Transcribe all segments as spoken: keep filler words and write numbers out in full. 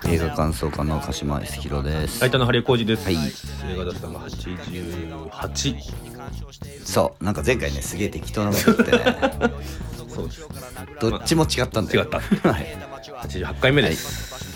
映画感想家の鹿島康弘です。 ライターのハリー浩二です、 はい、 映画だったのがはちじゅうはち。 そうなんか前回ねすげえ適当なこと言ってねそうです、 どっちも違ったんだよ、 まあ、違ったはいはちじゅうはちかいめです、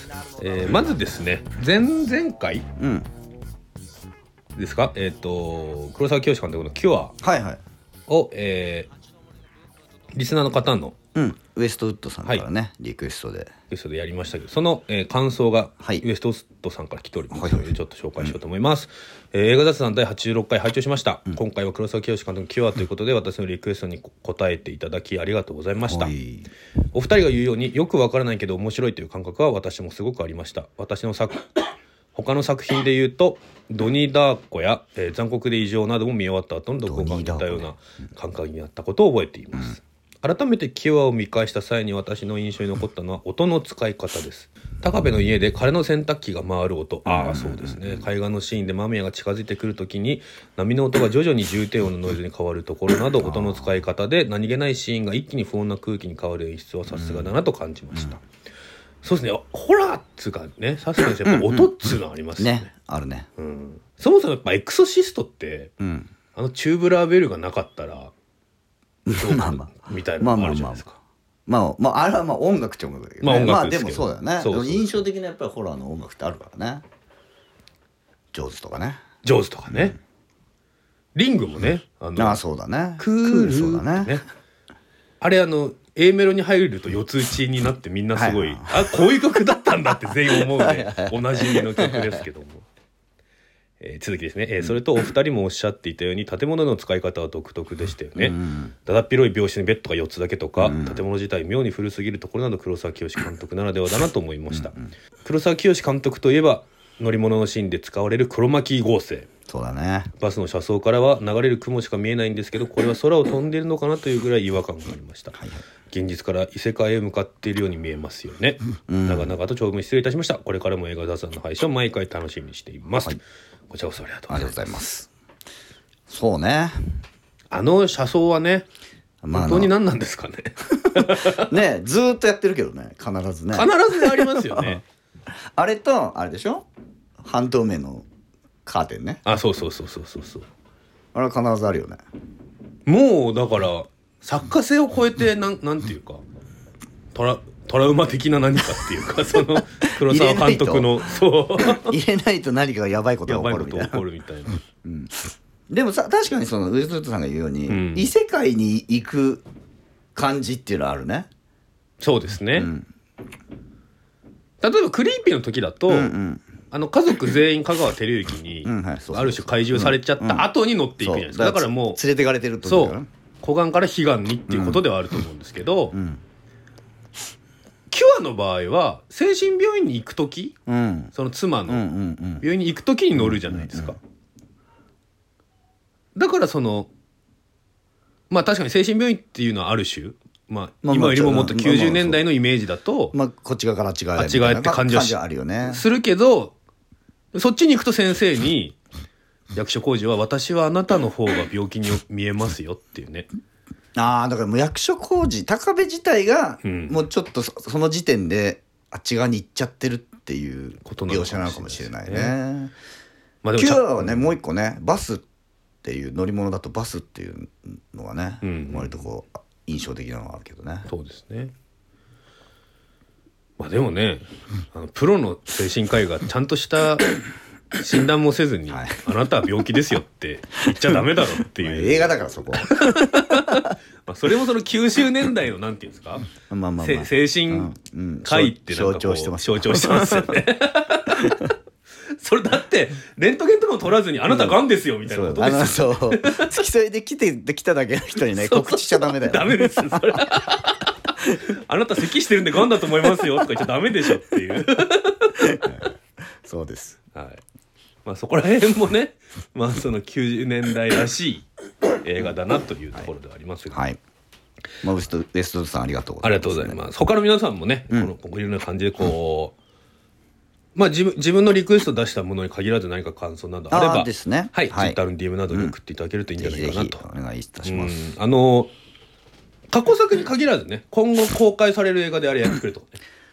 はい。えー、まずですね前々回、うん、ですか、えっ、ー、と黒沢清監督のキュアを、 はいはい、 えー、リスナーの方のうん、ウエストウッドさんからね、はい、リクエストでリクエストでやりましたけど、その、えー、感想が、はい、ウエストウッドさんから来ておりますので、はいはい、ちょっと紹介しようと思います、うんえー、映画雑談だいはちじゅうろっかい拝聴しました、うん、今回は黒沢清監督のキュアということで、うん、私のリクエストに答えていただきありがとうございました。お二人が言うようによくわからないけど面白いという感覚は私もすごくありました。私の作他の作品で言うとドニー・ダーコや、えー、残酷で異常なども見終わった後の読後感に似たような感覚になったことを覚えています、うん、改めてキュアを見返した際に私の印象に残ったのは音の使い方です。高部の家で彼の洗濯機が回る音、ああそうですね、海岸のシーンで間宮が近づいてくるときに波の音が徐々に重低音のノイズに変わるところなど音の使い方で何気ないシーンが一気に不穏な空気に変わる演出はさすがだなと感じました、うんうん、そうですね、ホラーっつうかね、さすがにやっぱ音っつうのありますよね、 ね、あるね、 うん、そもそもやっぱエクソシストって、うん、あのチューブラーベルがなかったらまあまあみたいなのがあるじゃないですか。 まあまああれはまあ音楽って音楽だけど、ね、まあ音楽ですけど、まあでもそうだよね。そうそうそう、印象的なやっぱりホラーの音楽ってあるからね。ジョーズとかね。 ジョーズとかね。うん、リングもね。 あのあそうだね。 クールそうだね。あれあの A メロに入ると四つ打ちになってみんなすごい、はい、あこういう曲だったんだって全員思うねおなじみの曲ですけども。えー、続きですね、えー、それとお二人もおっしゃっていたように建物の使い方は独特でしたよね、うん、だだっ広い病室にベッドがよっつだけとか、うん、建物自体妙に古すぎるところなど黒沢清監督ならではだなと思いました、うんうん、黒沢清監督といえば乗り物のシーンで使われるクロマキー合成、 そうだね、 バスの車窓からは流れる雲しか見えないんですけどこれは空を飛んでいるのかなというぐらい違和感がありました、はい、現実から異世界へ向かっているように見えますよね、うん、長々と長文失礼いたしました。これからも映画雑談の配信を毎回楽しみにしています、はい、こちらこそありがとうございます。そうね、 あの車窓はね、まあ、本当に何なんですかねね、ずーっとやってるけどね、必ずね、 必ずでありますよねあれとあれでしょ、半透明のカーテンね、 あ、そうそうそうそうそうそう、 あれは必ずあるよね。 もうだから作家性を超えてなんなんていうかトラトラウマ的な何かっていうかその黒沢監督のそう入れないと何かがやばいことが起こるみたいな、 やばいこと起こるみたいな、 うん、でもさ確かにそのウエストウッドさんが言うように、うん、異世界に行く感じっていうのはあるね。 そうですね、うん、例えばクリーピーの時だと、うんうん、あの家族全員香川照之にある種怪獣されちゃった後に乗っていくじゃないですか、だからもう連れてかれてるとそう湖岸から彼岸にっていうことではあると思うんですけど、うんうん、キュアの場合は精神病院に行く時、うん、その妻の病院に行く時に乗るじゃないですか、うんうんうん、だからそのまあ確かに精神病院っていうのはある種、まあ、今よりももっときゅうじゅうねんだいのイメージだと、 まあ、こっち側から違えみたいなって感じはあるよね、するけどそっちに行くと先生に役所広司は私はあなたの方が病気に見えますよっていうね。 ああ、だからもう役所広司高部自体がもうちょっと そ, その時点であっち側に行っちゃってるっていう描写なのかもしれないね。まあ、でもキュアはね、もう一個ね、バスっていう乗り物だとバスっていうのがね、うんうん、割とこう印象的なのがあるけどね。 そうですね。まあでもね、あのプロの精神科医がちゃんとした診断もせずに、はい、あなたは病気ですよって言っちゃダメだろっていう映画だからそこまあそれもそのきゅうじゅうねんだいのなんていうんですか、まあまあまあ、精神科医ってなんかこう象徴してます、象徴してますよねそれだってレントゲンとかも取らずにあなたがんですよみたいなことですよ、 そう、付き添いで来てできただけの人にね告知しちゃダメだよ、 ダメですそれあなた咳してるんでがんだと思いますよとか言っちゃダメでしょっていうそうです、 はい、まあ、そこら辺もね、まあ、そのきゅうじゅうねんだいらしい映画だなというところではありますが、はいはい、 まあ、ウエストウエストさんありがとうございます、ね、ありがとうございます。他の皆さんもね、うん、このいろんな感じでこう、まあ、自分、自分のリクエスト出したものに限らず何か感想などあればですね、 はい、はい、Twitter の ディーエム などに送っていただけるといいんじゃないかなと、うん、ぜひぜひお願いいたします、 うん、あの過去作に限らずね、今後公開される映画であれやってくれとかね、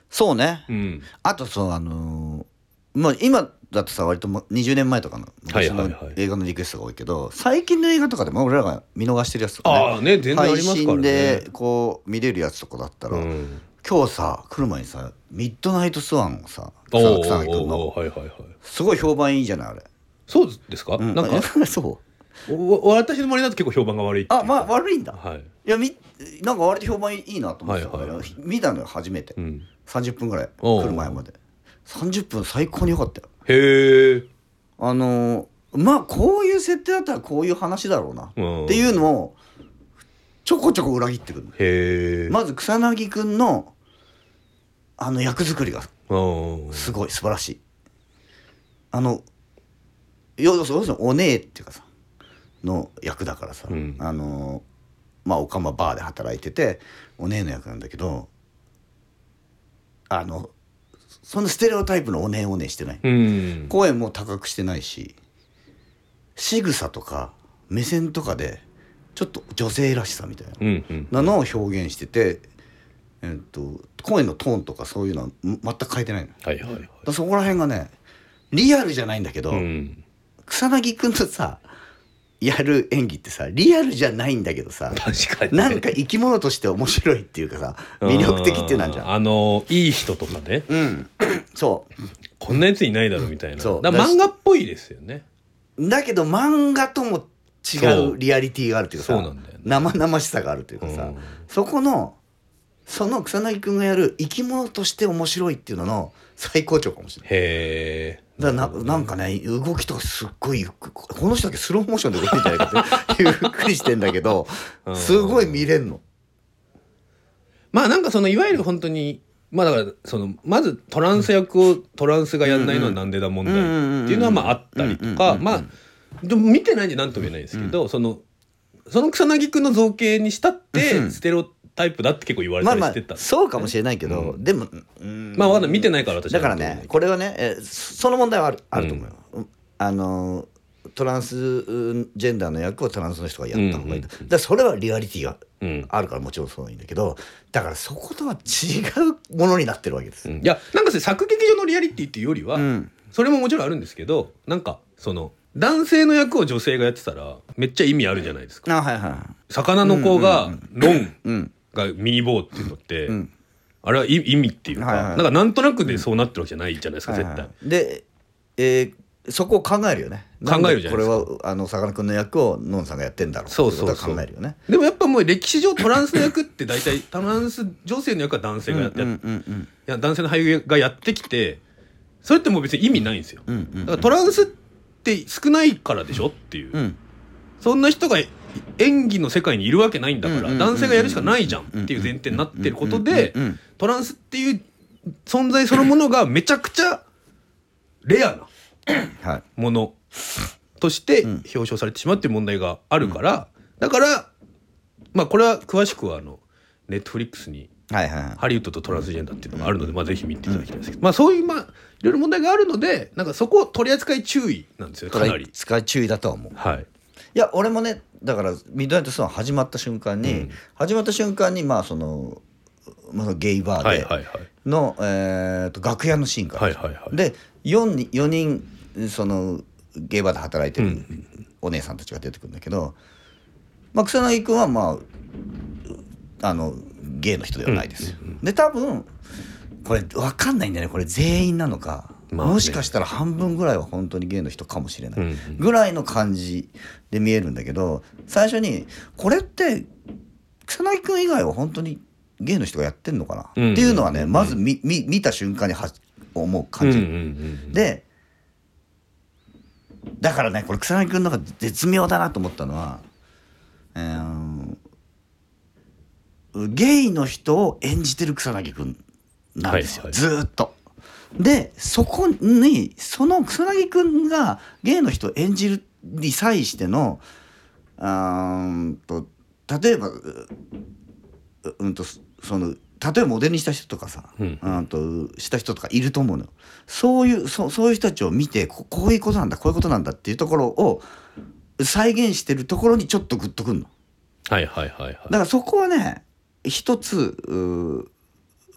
そうね、 うん、 あとそうあのー、まあ今だとさ割とにじゅうねんまえとかの昔の映画のリクエストが多いけど、はいはいはい、最近の映画とかでも俺らが見逃してるやつとかね、 あね全然ありますからね、 配信でこう見れるやつとかだったら、うん、今日さ来る前にさミッドナイトスワンをさ草薙君の、はいはいはい、すごい評判いいじゃないあれ。 そうですか、うん、なんかそうお私の周りだと結構評判が悪いっていう。 あまあ悪いんだ、 はい、 いやみなんか割と評判いいなと思ってたから、はいはい、見たのよ初めて、うん、さんじゅっぷんぐらい来る前までさんじゅっぷん最高に良かったよ。 へえ。 あのまあこういう設定だったらこういう話だろうなっていうのをちょこちょこ裏切ってくる。 へえ。 まず草薙くんのあの役作りがすごい素晴らしい。あの要するにお姉っていうかさの役だからさ、うん、あのまあおかまバーで働いててお姉の役なんだけど、あのそんなステレオタイプのおねんおねんしてない、うん、声も高くしてないし仕草とか目線とかでちょっと女性らしさみたいなのを表現してて、えー、っと声のトーンとかそういうのは全く変えてないの、 はいはいはい、 だそこら辺がねリアルじゃないんだけど、うん、草薙くんとさやる演技ってさリアルじゃないんだけどさ確かに、ね、 なんか生き物として面白いっていうかさ魅力的ってなんじゃん。 あのいい人とかね、 うん、そうこんなやついないだろみたいな。そうだ漫画っぽいですよね。 だけど漫画とも違うリアリティがあるというかさ、 そうなんだよね、 生々しさがあるというかさ、うん、そこのその草薙くんがやる生き物として面白いっていうのの最高潮かもしれない。 へー。 だから な, なんかね動きとかすっごいゆっくりこの人だけスローモーションで動いてんじゃないかってゆっくりしてんだけどすごい見れんの。 まあなんかそのいわゆる本当にまあだからそのまずトランス役をトランスがやんないのはなんでだ問題っていうのはまああったりとか、まあでも見てないんで何とも言えないですけど、そのその草薙くんの造形にしたってステレオタイプだって結構言われたりしてた、ね、 まあまあそうかもしれないけど、うん、でもうんまあまだ見てないから私だからねこれはねえその問題はある、あると思うよ、うん、あのトランスジェンダーの役をトランスの人がやった方がいい、うんうんうん、だからそれはリアリティがあるからもちろんそうなんだけど、だからそことは違うものになってるわけです、うん、 いやなんか作劇上のリアリティっていうよりは、うん、それももちろんあるんですけどなんかその男性の役を女性がやってたらめっちゃ意味あるじゃないですか。 あ、はいはい、 魚の子がロンがミーボーっていうのって、うん、あれは意味っていうか、はいはい、なんかなんとなくでそうなってるわけじゃないじゃないですか、うん、絶対、はいはい、 で、えー、そこを考えるよね。 考えるじゃないですか。 これはあのさかなクンの役をノンさんがやってんだろうそうそうそう、 考えるよね。 でもやっぱもう歴史上トランスの役って大体トランス女性の役は男性がやって、うんうんうんうん、いや男性の俳優がやってきてそれってもう別に意味ないんですよ、うんうんうん、だからトランスって少ないからでしょっていう、うん、そんな人が演技の世界にいるわけないんだから、うんうんうんうん、男性がやるしかないじゃんっていう前提になってることで、うんうんうん、トランスっていう存在そのものがめちゃくちゃレアなものとして表彰されてしまうっていう問題があるから、だからまあこれは詳しくはあのネットフリックスにはいはいはい、 ハリウッドとトランスジェンダーっていうのがあるので、まあ、ぜひ見ていただきたいですけど、まあ、そういう、まあ、いろいろ問題があるのでなんかそこを取り扱い注意なんですよ。かなり取り扱い注意だとは思う、 はい、 いや俺もねだからミッドナイトスワン始まった瞬間に、うん、始まった瞬間にまあその、まあ、ゲイバーでの、はいはいはいえー、と楽屋のシーンから、はいはいはい、で 4, よにんそのゲイバーで働いてるお姉さんたちが出てくるんだけど、まあ、草薙君はまああのゲイの人ではないですよ、うんうんうん、で多分これ分かんないんだよねこれ全員なのか、まあね、もしかしたら半分ぐらいは本当にゲイの人かもしれないぐらいの感じで見えるんだけど、最初にこれって草薙君以外は本当にゲイの人がやってんのかな、うんうん、っていうのはねまず 見, 見, 見た瞬間には思う感じ、うんうんうん、でだからねこれ草薙君の中で絶妙だなと思ったのは、えーゲイの人を演じてる草薙くんなんですよ、はいはい、ずーっと。でそこにその草薙くんがゲイの人を演じるに際してのあーと例えばうんとその例えばモデルにした人とかさ、うんうん、とした人とかいると思うのよ。そういうそそういう人たちを見て こ, こういうことなんだこういうことなんだっていうところを再現してるところにちょっとグッとくんの。 はいはいはいはい。 だからそこはね一つ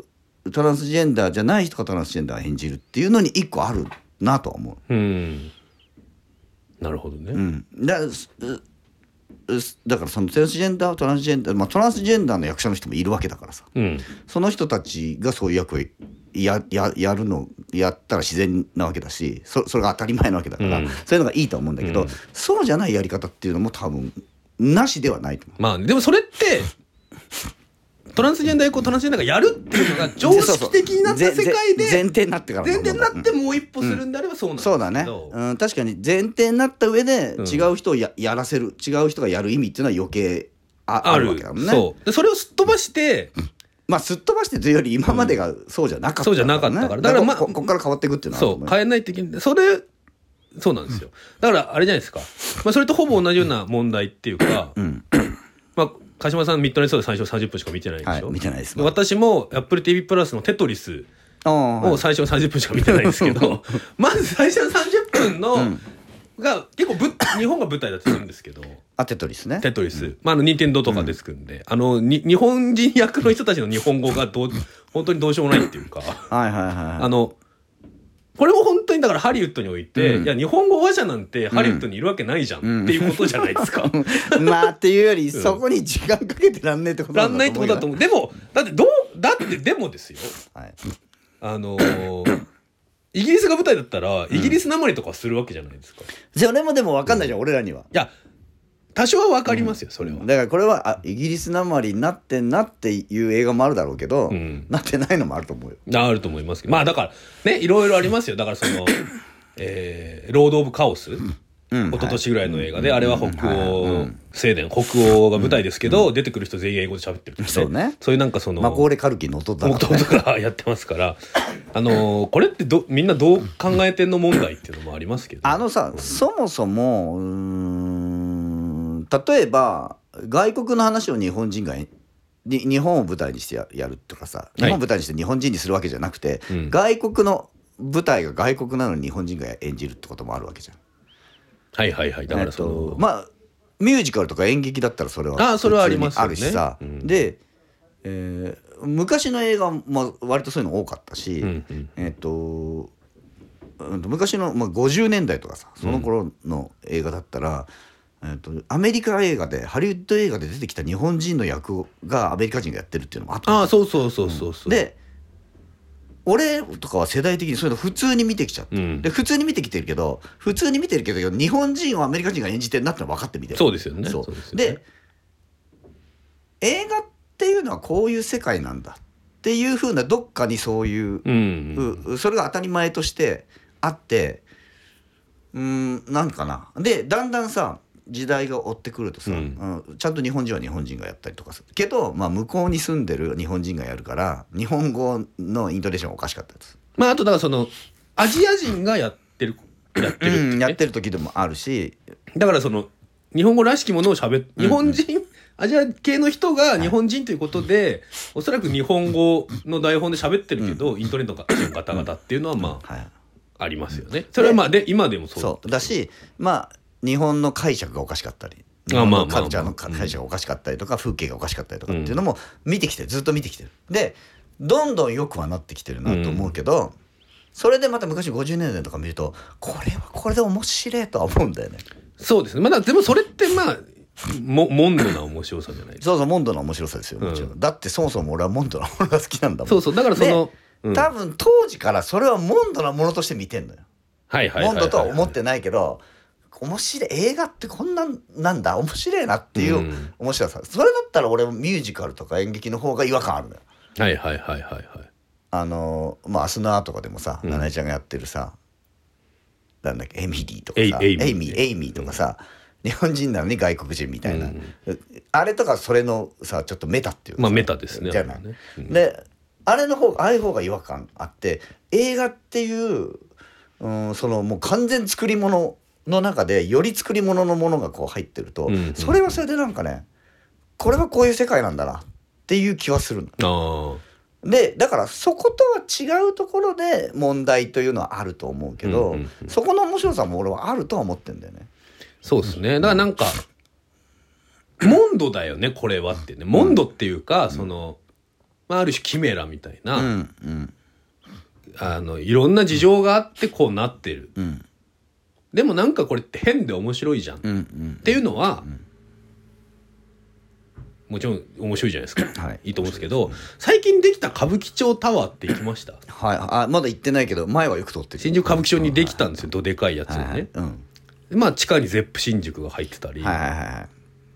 トランスジェンダーじゃない人がトランスジェンダーを演じるっていうのに一個あるなとは思う。 うんなるほどね、 うん、だ, だからそのトランスジェンダートランスジェンダー、まあ、トランスジェンダーの役者の人もいるわけだからさ、 うん、 その人たちがそういう役を や, や, やるのやったら自然なわけだし そ, それが当たり前なわけだから、うん、そういうのがいいと思うんだけど、うん、そうじゃないやり方っていうのも多分なしではないと思う。 まあでもそれってトランスジェンダー以降トランスジェンダーがやるっていうのが常識的になった世界で前提になってから前提になってもう一歩するんであればそうなんですけど、 そうだね、うん、確かに前提になった上で違う人を や,、うん、やらせる違う人がやる意味っていうのは余計 あ, あるわけだもんね。 そうでそれをすっ飛ばしてまあすっ飛ばしてというより今までがそうじゃなかったから、ね、 そうじゃなかったからだから、まあ、ここから変わっていくっていうのはそう変えないといけない。それそうなんですよ。だからあれじゃないですか、まあ、それとほぼ同じような問題っていうか、うんまあ鹿島さんミッドナイトで最初さんじゅっぷんしか見てないでしょ、 はい、見てないです。 私も Apple ティーブイ プラスのテトリスを最初のさんじゅっぷんしか見てないんですけどまず最初のさんじゅっぷんの、うん、が結構ぶ日本が舞台だとするんですけどあテトリスねテトリス、うんまあ、あの任天堂とかで作るんで、うん、あのに日本人役の人たちの日本語がどう本当にどうしようもないっていうかはいはいはい、はい、 あのこれも本当にだからハリウッドにおいて、うん、いや日本語話者なんてハリウッドにいるわけないじゃん、うん、っていうことじゃないですか、 うん、まあっていうより、うん、そこに時間かけてらんねえってことなんだと思うよ。らんないってことだと思う。でもだってどうだってでもですよ、はい、あのー、イギリスが舞台だったらイギリスなまりとかするわけじゃないですか、 うん、それもでも分かんないじゃん、うん、俺らには。いや多少は分かりますよ、うん、それは。 だからこれはあイギリスなまりになってんなっていう映画もあるだろうけど、うん、なってないのもあると思うよ。 あると思いますけど、まあだからねいろいろありますよ。だからその、えー、ロード・オブ・カオス、うん、一昨年ぐらいの映画で、うん、あれは北欧、うん、正殿北欧が舞台ですけど、うん、出てくる人全員英語で喋ってるとか、ね、そうね、そういうなんかそのマコーレ・カルキンの弟だから、 ね、からやってますからあのー、これってどみんなどう考えてんの問題っていうのもありますけど、 あのさ、うん、そもそもうーん例えば外国の話を日本人がに日本を舞台にして や, やるとかさ、日本を舞台にして日本人にするわけじゃなくて、はい、外国の舞台が外国なのに日本人が演じるってこともあるわけじゃん。 はいはいはい。だからその、えっと、 まあミュージカルとか演劇だったらそれはあそれはありますよね。 あるしさ、うん、で、えー、昔の映画も割とそういうの多かったし、うんうん、えっと昔の、まあ、ごじゅうねんだいとかさその頃の映画だったら、うんえー、とアメリカ映画でハリウッド映画で出てきた日本人の役がアメリカ人がやってるっていうのもあった。 ああそうそうそうそうそう、 うん、で俺とかは世代的にそういうの普通に見てきちゃって、うん、で普通に見てきてるけど普通に見てるけど日本人をアメリカ人が演じてるなってのは分かってみてる。 そうですよね。 そうそうですよね。で映画っていうのはこういう世界なんだっていう風などっかにそういう、うんうん、それが当たり前としてあってうーんなんかなでだんだんさ時代が追ってくるとさ、うんうん、ちゃんと日本人は日本人がやったりとかするけど、まあ、向こうに住んでる日本人がやるから日本語のイントネーションがおかしかったです。 まああとだからそのアジア人がやってるやってる、ねうん、 やってる時でもあるしだからその日本語らしきものをしゃべ日本人、うんうん、アジア系の人が日本人ということで、はい、おそらく日本語の台本で喋ってるけど、うん、イントネートがガタガタっていうのはまあ、うんはい、ありますよね。それはまあで今でもそうだ、 そうだしまあ日本の解釈がおかしかったり日本のカルチャーの解釈がおかしかったりとか風景がおかしかったりとかっていうのも見てきてるずっと見てきてる。でどんどん良くはなってきてるなと思うけど、うん、それでまた昔ごじゅうねんだいとか見るとこれはこれで面白いとは思うんだよね。 そうですね。まだでもそれってまあもモンドな面白さじゃないですか。 そうそうモンドな面白さですよもちろん、うん、だってそもそも俺はモンドなものが好きなんだもん。 そうそうだからその、 うん、多分当時からそれはモンドなものとして見てんのよ。 はいはいはいはいはい、 モンドとは思ってないけど面白い映画ってこんなんなんだ面白いなっていう面白さ、うん、それだったら俺もミュージカルとか演劇の方が違和感あるのよ。 はいはいはいはいはい。 あのまあ「アスナー」とかでもさ、うん、ナナエちゃんがやってるさなんだっけエミリーとかさエイミーエイミー、エイミーとかさ、うん、日本人なのに外国人みたいな、うん、あれとかそれのさちょっとメタっていうかまあメタですね。 じゃない、ねうん、であれの方ああいう方が違和感あって映画っていう、うん、そのもう完全作り物の中でより作り物のものがこう入ってると、うんうん、それはそれでなんかねこれはこういう世界なんだなっていう気はするの。あでだからそことは違うところで問題というのはあると思うけど、うんうんうん、そこの面白さも俺はあるとは思ってんだよね。 そうですね。だからなんかモンドだよねこれはってねモンドっていうか、うん、そのまあ、ある種キメラみたいな、 うんうん、 あのいろんな事情があってこうなってる、 うん、 でもなんかこれって変で面白いじゃん、うんうん、っていうのは、うん、もちろん面白いじゃないですか、はい、いいと思うんですけど、ね、最近できた歌舞伎町タワーって行きました？ はい、あまだ行ってないけど前はよく通ってる。 新宿歌舞伎町にできたんですよ、どでかいやつをね、はいはい、うん、まあ地下にゼップ新宿が入ってたり、はいはいはい、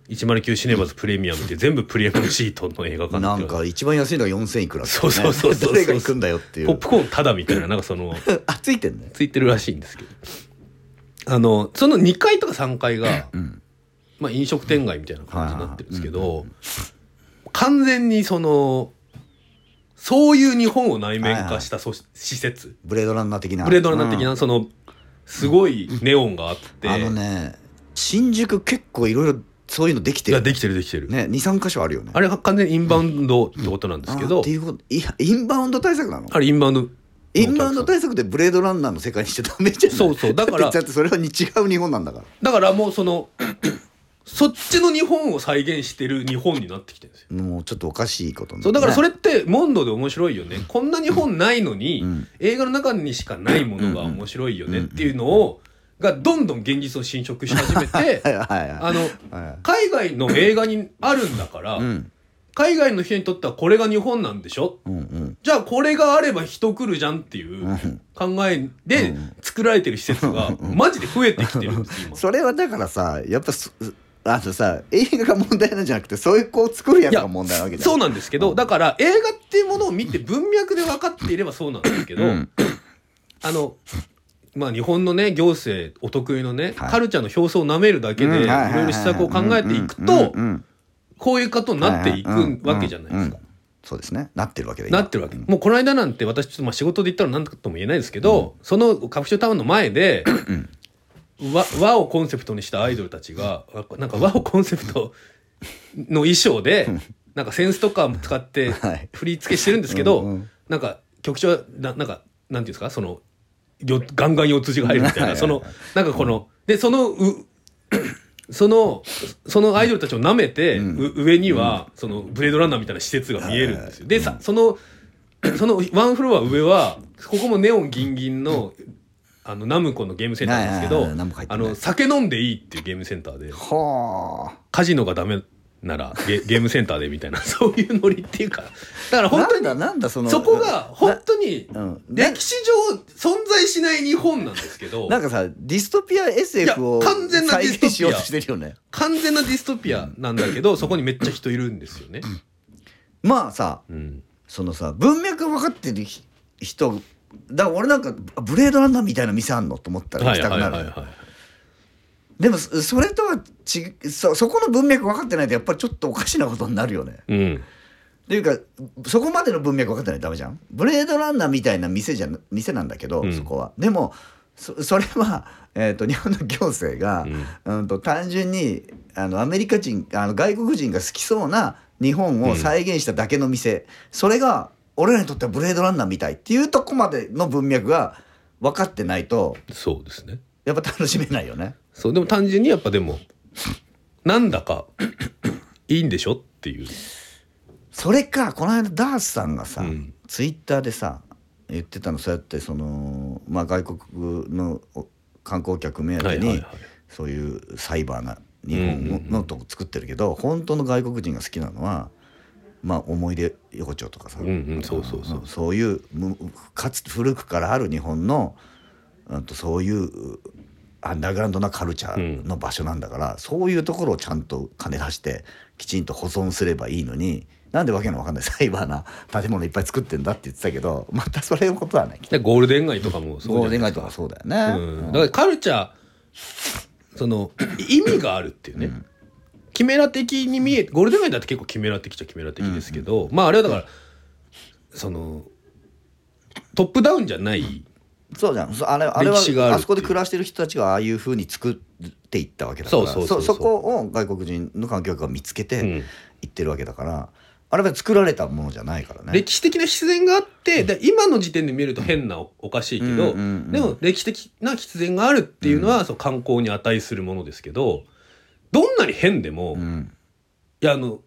いちまるきゅうシネマズプレミアムって全部プレミアムシートの映画館なんか一番安いのがよんせんいくら、ね、 そうそうそうそう、 誰が行くんだよっていう、 ポップコーンタダみたいな、なんかそのあついてんね、 ついてるらしいんですけど、あのそのにかいとかさんがいが、うん、まあ飲食店街みたいな感じになってるんですけど、うん、完全にそのそういう日本を内面化した、はいはい、施設、 ブレードランナー的なブレードランナー的な、うん、そのすごいネオンがあって、 あのね新宿結構いろいろそういうのできてる、 いやできてるできてる、 ね、にさんか所あるよね。 あれは完全にインバウンドってことなんですけど、 っていうこと、いやインバウンド対策なの？ あれインバウンドインバウンド対策でブレードランナーの世界にしちゃダメじゃない？ そうそう、だからだってそれは違う日本なんだから。 だからもうそのそっちの日本を再現してる日本になってきてるんですよ。 もうちょっとおかしいことになる、ね、 そうだからそれってモンドで面白いよね、こんな日本ないのに、うん、映画の中にしかないものが面白いよねっていうのをがどんどん現実を侵食し始めてあの、はい、海外の映画にあるんだから、うん、海外の人にとってはこれが日本なんでしょ、うんうん、じゃあこれがあれば人来るじゃんっていう考えで作られてる施設がマジで増えてきてるんです今。 それはだからさやっぱあのさ映画が問題なんじゃなくてそういう子を作るやつが問題なわけじゃん。 そうなんですけど、だから映画っていうものを見て文脈で分かっていればそうなんですけど、うん、あのまあ日本のね行政お得意のね、はい、カルチャーの表層をなめるだけでいろいろ施策を考えていくとこういうことになっていくわけじゃないですか。 そうですね、なってるわけでなってるわけ、うん、もうこの間なんて私ちょっとまあ仕事で言ったら何とも言えないですけど、うん、その歌舞伎町タウンの前で和, 和をコンセプトにしたアイドルたちがなんか和をコンセプトの衣装でなんかセンスとかも使って振り付けしてるんですけど、はい、うんうん、なんか曲調はななんかなんていうんですか、そのよガンガン四つ字が入るみたいなそのなんかこのでそのうそのそのアイドルたちを舐めて、うん、上にはそのブレードランナーみたいな施設が見えるんですよ。でさそのそのワンフロア上はここもネオンギンギンのあのナムコのゲームセンターなんですけど、あの酒飲んでいいっていうゲームセンターで、カジノがダメなら ゲ, ゲームセンターでみたいなそういうノリっていうか、だから本当になんだなんだそのそこが本当に歴史上存在しない日本なんですけど、 なんかさディストピア エスエフ を再現しようとしてるよね。 完全なディストピアなんだけど、うん、そこにめっちゃ人いるんですよね。 まあさ、うん、そのさ文脈が分かってる人だから俺なんかブレードランナーみたいな店あんのと思ったら行きたくなる、はいはいはいはい、でもそれとはち そ, そこの文脈分かってないとやっぱりちょっとおかしなことになるよね、うん、っていうかそこまでの文脈分かってないとダメじゃん。ブレードランナーみたいな店じゃ店なんだけど、うん、そこはでも そ, それは、えー、と日本の行政が、うんうん、と単純にあのアメリカ人あの外国人が好きそうな日本を再現しただけの店、うん、それが俺らにとってはブレードランナーみたいっていうとこまでの文脈が分かってないと、 そうですね、 やっぱ楽しめないよね。 そうでも単純にやっぱでもなんだかいいんでしょっていう。 それかこの間ダースさんがさ、うん、ツイッターでさ言ってたの、そうやってその、まあ、外国の観光客目当てに、はいはいはい、そういうサイバーな日本のとこ作ってるけど、うんうんうん、本当の外国人が好きなのはまあ、思い出横丁とかさ、うんうん、そうそうそう、そういうかつ古くからある日本のあとそういうアンダーグラウンドなカルチャーの場所なんだから、うん、そういうところをちゃんと金出してきちんと保存すればいいのに、なんでわけのわかんないサイバーな建物いっぱい作ってんだって言ってたけど、またそれのことはない。 ゴールデン街とかもそうじゃないですか。ゴールデン街とかそうだよね、うん、 だからカルチャーその意味があるっていうね、うん、キメラ的に見えゴールデン街だって結構キメラ的っちゃキメラ的ですけど、うんうん、まああれはだからそのトップダウンじゃない、 そうじゃん、あれ、あれはあそこで暮らしてる人たちがああいう風に作っていったわけだから、そうそうそうそう、そこを外国人の観光客が見つけて行ってるわけだから、うん、あれは作られたものじゃないからね。 歴史的な必然があって、で今の時点で見ると変な お, おかしいけど、うんうんうん、でも歴史的な必然があるっていうのは、うん、そう観光に値するものですけど、どんなに変でも、うん、いやあの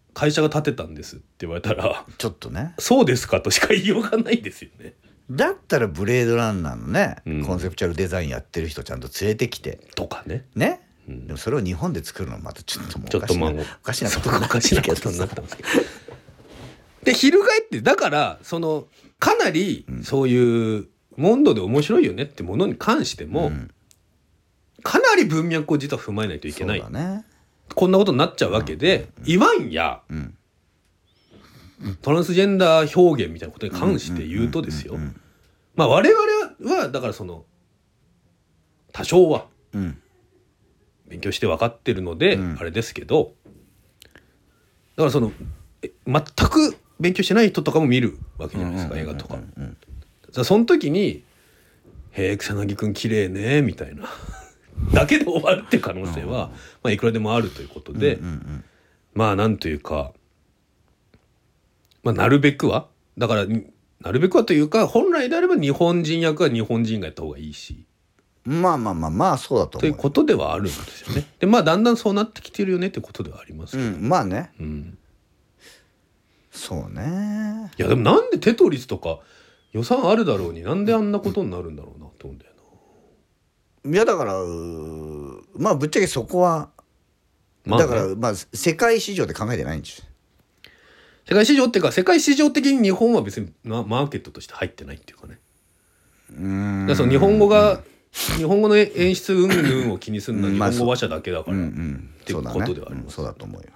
会社が建てたんですって言われたらちょっとねそうですかとしか言いようがないですよね。 だったらブレードランナーのね、うん、コンセプチュアルデザインやってる人ちゃんと連れてきてとかねね、うん、でもそれを日本で作るのはまたちょっともうおかしなおかしなことになってますけどで翻ってだからそのかなりそういうモンドで面白いよねってものに関しても、うん、かなり文脈を実は踏まえないといけない、ね、こんなことになっちゃうわけで、うん、言わんや、うん、トランスジェンダー表現みたいなことに関して言うとですよ、まあ我々はだからその多少は勉強して分かってるのであれですけど、だからその全く勉強してない人とかも見るわけじゃないですか、映画とか。その時に「へえ草薙くん綺麗ね」みたいなだけで終わるっていう可能性は、まあ、いくらでもあるということで、うんうんうん、まあなんというか、まあ、なるべくはだからなるべくはというか本来であれば日本人役は日本人がやった方がいいし、 まあまあまあまあそうだと思うということではあるんですよね。でまあだんだんそうなってきてるよねってことではありますけど、 うん、まあね、 うん、 そうね。 いやでもなんでテトリスとか予算あるだろうになんであんなことになるんだろうなと思うんだよな。いやだからまあぶっちゃけそこは、まあね、だからまあ世界市場で考えてないんですよ。 世界市場っていうか世界市場的に日本は別にマーケットとして入ってないっていうかね。 うーんだからその日本語が、うん、日本語の演出云々を気にするのは日本語話者だけだから、うんうん、っていうことではあります。 そうだと思うよ。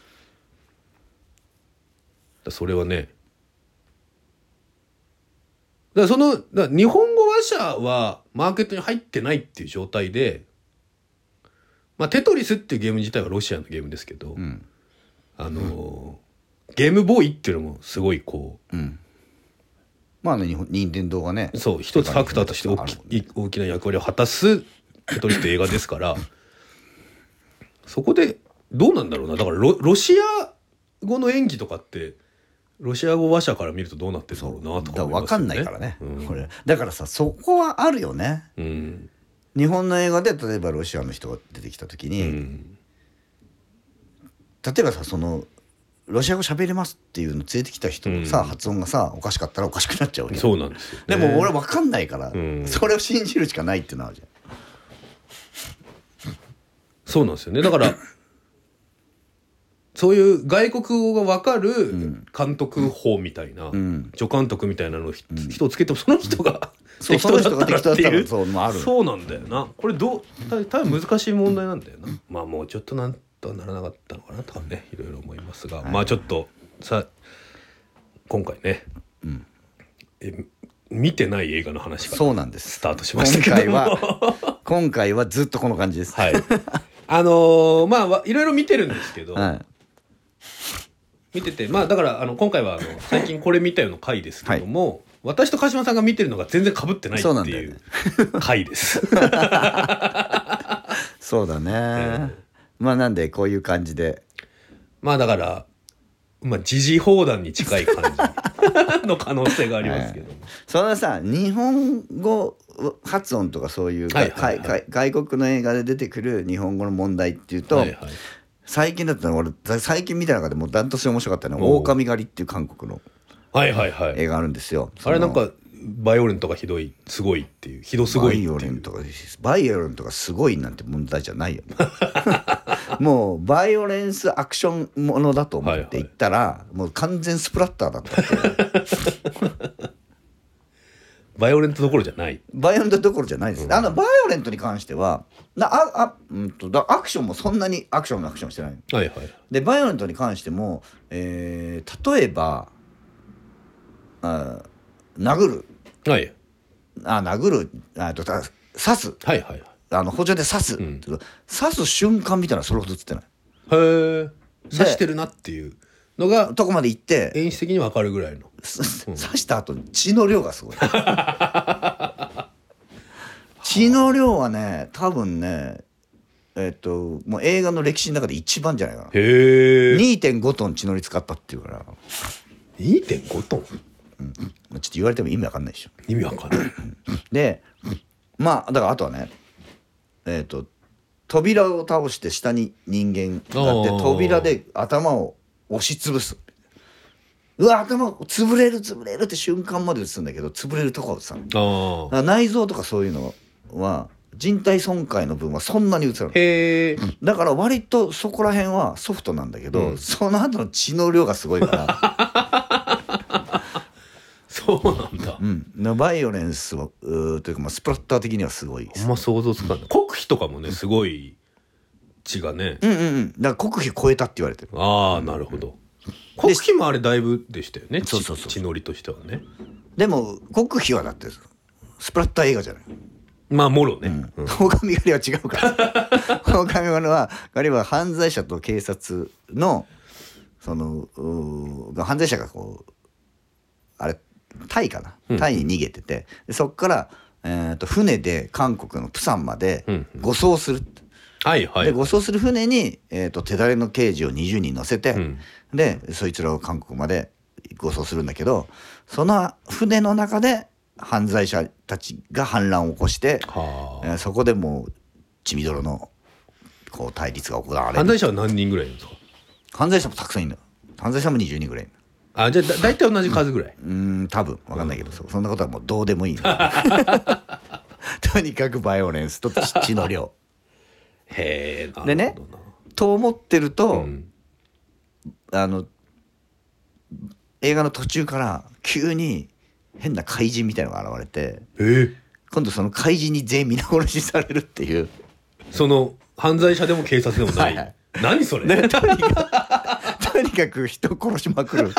だそれはねだからそのだから日本語話者はマーケットに入ってないっていう状態で、まあ、テトリスっていうゲーム自体はロシアのゲームですけど、うん、あのーうん、ゲームボーイっていうのもすごいこう、うん、 まあね任天堂がねそう一つファクターとして大き、大きな役割を果たすテトリスって映画ですからそこでどうなんだろうな。だから ロ, ロシア語の演技とかってロシア語話者から見るとどうなってるんだろうなとか思いますよね。だから分かんないからね、うん、これだからさそこはあるよね、うん、日本の映画で例えばロシアの人が出てきた時に、うん、例えばさそのロシア語喋れますっていうの連れてきた人のさ、うん、発音がさおかしかったらおかしくなっちゃうわけ。 そうなんですよ、ね、 でも俺分かんないから、うん、それを信じるしかないっていうのはあるじゃん。そうなんですよね。だからそういう外国語が分かる監督法みたいな、うん、助監督みたいなのを、うん、人をつけてもその人が、うん、適当だったらっていう、そう、まあ、ある。そうなんだよな。これどう多分難しい問題なんだよな、うん、まあもうちょっとなんとはならなかったのかなとかねいろいろ思いますが、はい、まあちょっとさ今回ね、うん、え見てない映画の話からスタートしましたけども今回は今回はずっとこの感じです。 はいあのー、まあいろいろ見てるんですけど、はい見ててまあだからあの今回はあの最近これ見たような回ですけども、はい、私と鹿島さんが見てるのが全然被ってないっていう回です。 そうだね、えー、まあなんでこういう感じでまあだからまあ時事放談に近い感じの可能性がありますけど、はい、 そのさ日本語発音とかそういう、はいはいはい、外国の映画で出てくる日本語の問題っていうと、はいはい最近だったら俺最近見た中でもダントツで面白かったのは狼狩りっていう韓国の映画あるんですよ。はいはいはい、あれなんかバイオレントがひどいすごいっていうひどすごいっていうバイオレントがバイオレントがすごいなんて問題じゃないよ、ね、もうバイオレンスアクションものだと思って行ったら、はいはい、もう完全スプラッターだったってバイオレントどころじゃないバイオレントどころじゃないです、うん、あのバイオレントに関してはなああ、うんと、だアクションもそんなにアクションのアクションしてない、はいはい、でバイオレントに関しても、えー、例えばあ殴る、はい、あ殴るあと刺す、はいはいはい、あの包丁で刺す、うん、刺す瞬間見たらそれほど映ってない。 へえ刺してるなっていうのがとこまで行って演出的に分かるぐらいの、 うん、刺した後に血の量がすごい血の量はね多分ねえっともう映画の歴史の中で一番じゃないかな。へえ にてんご トン血のり使ったっていうからにてんご トン、 うん、ちょっと言われても意味わかんないでしょ。 意味わかんないでまあだからあとはねえっと扉を倒して下に人間があって扉で頭を押しつぶす。うわ頭潰れる潰れるって瞬間まで映すんだけど、潰れるとこは映さない。内臓とかそういうのは人体損壊の分はそんなに映らない。へー、だから割とそこら辺はソフトなんだけど、うん、その後の血の量がすごいからそうなんだ、 うん、バイオレンスはうというか、まあ、スプラッター的にはすごい。 あんま想像つかない。国費とかもねすごい血がね、 うんうんうん、だから国費超えたって言われてる。 ああなるほど。国費もあれだいぶでしたよね。そうそうそう、血のりとしてはね。 でも国費はだってスプラッター映画じゃない。 まあもろね。 うん、狼狩りは違うから狼狩りは狩りは犯罪者と警察のその犯罪者がこうあれタイかな、うん、タイに逃げてて、でそっから、えー、と船で韓国のプサンまで護送する、うんうん、 はいはい、 で護送する船に、えー、と手だれの刑事をにじゅうにん乗せて、うん、でそいつらを韓国まで護送するんだけど、その船の中で犯罪者たちが反乱を起こして、はあ、えー、そこでもう血みどろのこう対立が行われる。 犯罪者は何人ぐらいいるんですか？ 犯罪者もたくさんいるんだよ。犯罪者もにじゅうにんぐらいいる。 あ、じゃあだ大体同じ数ぐらい。 うん、うん多分分かんないけど、うん、そんなことはもうどうでもいいとにかくバイオレンスと血の量へえ。 でねと思ってると、うん、あの映画の途中から急に変な怪人みたいなのが現れて、えー、今度その怪人に全員皆殺しされるっていう。 その犯罪者でも警察でもない、はいはい、何それとにかくとにかく人殺しまくる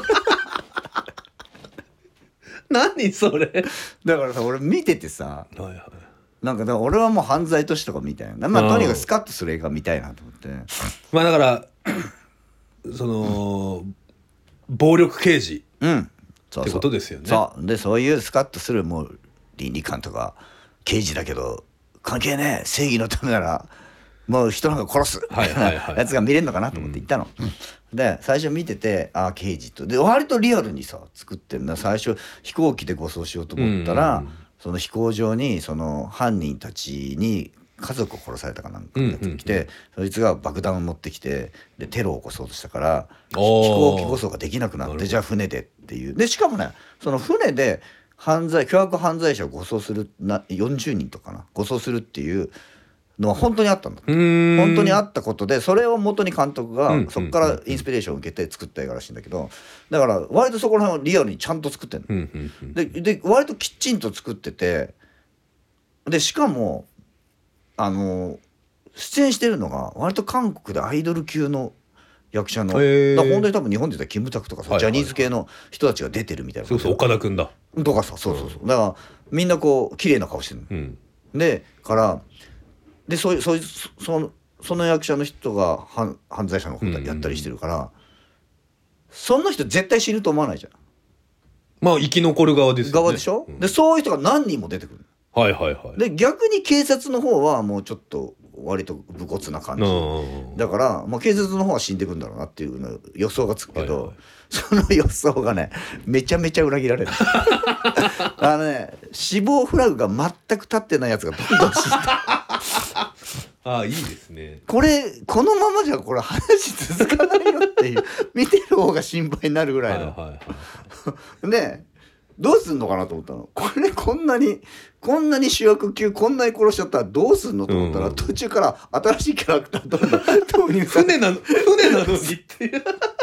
何それだからさ俺見ててさ、はいはい、なんかだから俺はもう犯罪都市とかみたいな、まあ、とにかくスカッとする映画見たいなと思って。 まあだからその暴力刑事、うんそうそうってことですよね。 そうでそういうスカッとするもう倫理観とか刑事だけど関係ねえ正義のためならもう人なんか殺すみたいなやつが見れるのかなと思って行ったの、うん、で最初見ててああ刑事とで割とリアルにさ作ってるんだ。最初飛行機で護送しようと思ったら、うん、その飛行場にその犯人たちに家族を殺されたかなんかやつが来て、うんうんうん、そいつが爆弾を持ってきてでテロを起こそうとしたから飛行機護送ができなくなってじゃあ船でっていうでしかもねその船で犯罪凶悪犯罪者を護送するなよんじゅうにんとかな護送するっていうのは本当にあったんだ。本当にあったことでそれを元に監督がそこからインスピレーションを受けて作った映画らしいんだけど、だから割とそこら辺をリアルにちゃんと作ってるの。でで割ときちんと作っててでしかもあの出演してるのが割と韓国でアイドル級の役者のだ本当に多分日本で言ったらキムタクとかさ、はいはいはい、ジャニーズ系の人たちが出てるみたいな。 そうそう岡田君だとかさそうそうそうだからみんなこう綺麗な顔してるの、うん、でからでそうそうそのその役者の人が犯犯罪者のことやったりしてるから、うんうん、そんな人絶対死ぬと思わないじゃん。 まあ生き残る側ですよね。 側でしょ、うん、でそういう人が何人も出てくる。 はいはいはい。 で逆に警察の方はもうちょっと割と武骨な感じだから、まあ、警察の方は死んでくんだろうなっていうの予想がつくけど、はいはい、その予想がねめちゃめちゃ裏切られるあのね死亡フラグが全く立ってないやつがどんどん死んでああいいですね。 これこのままじゃこれ話続かないよっていう見てる方が心配になるぐらいの、はいはいはい、でどうすんのかなと思ったの。これこんなにこんなに主役級こんなに殺しちゃったらどうすんのと思ったら、うん、途中から新しいキャラクターどんどん投入されて船なの船なのにっていうだ